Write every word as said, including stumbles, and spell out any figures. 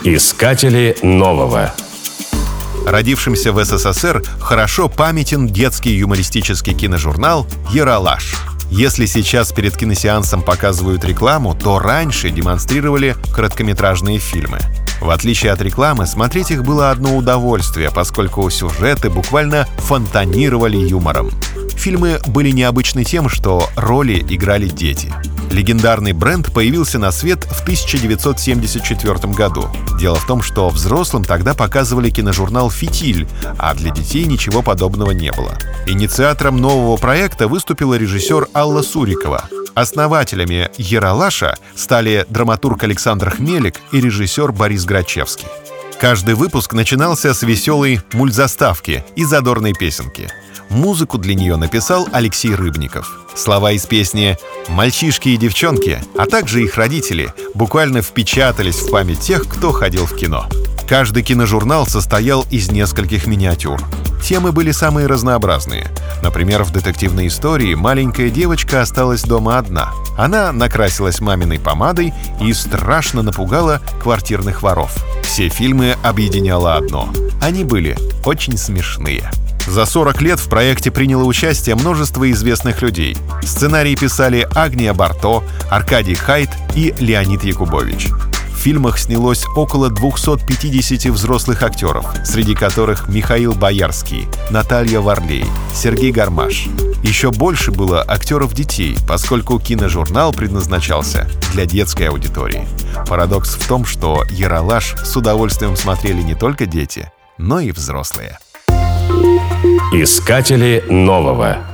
Искатели нового. Родившимся в СССР хорошо памятен детский юмористический киножурнал «Ералаш». Если сейчас перед киносеансом показывают рекламу, то раньше демонстрировали короткометражные фильмы. В отличие от рекламы, смотреть их было одно удовольствие, поскольку сюжеты буквально фонтанировали юмором. Фильмы были необычны тем, что роли играли дети. Легендарный бренд появился на свет в тысяча девятьсот семьдесят четвёртом году. Дело в том, что взрослым тогда показывали киножурнал «Фитиль», а для детей ничего подобного не было. Инициатором нового проекта выступила режиссер Алла Сурикова. Основателями «Ералаша» стали драматург Александр Хмелик и режиссер Борис Грачевский. Каждый выпуск начинался с веселой мультзаставки и задорной песенки. Музыку для нее написал Алексей Рыбников. Слова из песни «Мальчишки и девчонки», а также их родители, буквально впечатались в память тех, кто ходил в кино. Каждый киножурнал состоял из нескольких миниатюр. Темы были самые разнообразные. Например, в детективной истории маленькая девочка осталась дома одна. Она накрасилась маминой помадой и страшно напугала квартирных воров. Все фильмы объединяло одно — они были очень смешные. За сорок лет в проекте приняло участие множество известных людей. Сценарии писали Агния Барто, Аркадий Хайт и Леонид Якубович. В фильмах снялось около двухсот пятидесяти взрослых актеров, среди которых Михаил Боярский, Наталья Варлей, Сергей Гармаш. Еще больше было актеров детей, поскольку киножурнал предназначался для детской аудитории. Парадокс в том, что «Ералаш» с удовольствием смотрели не только дети, но и взрослые. Искатели нового.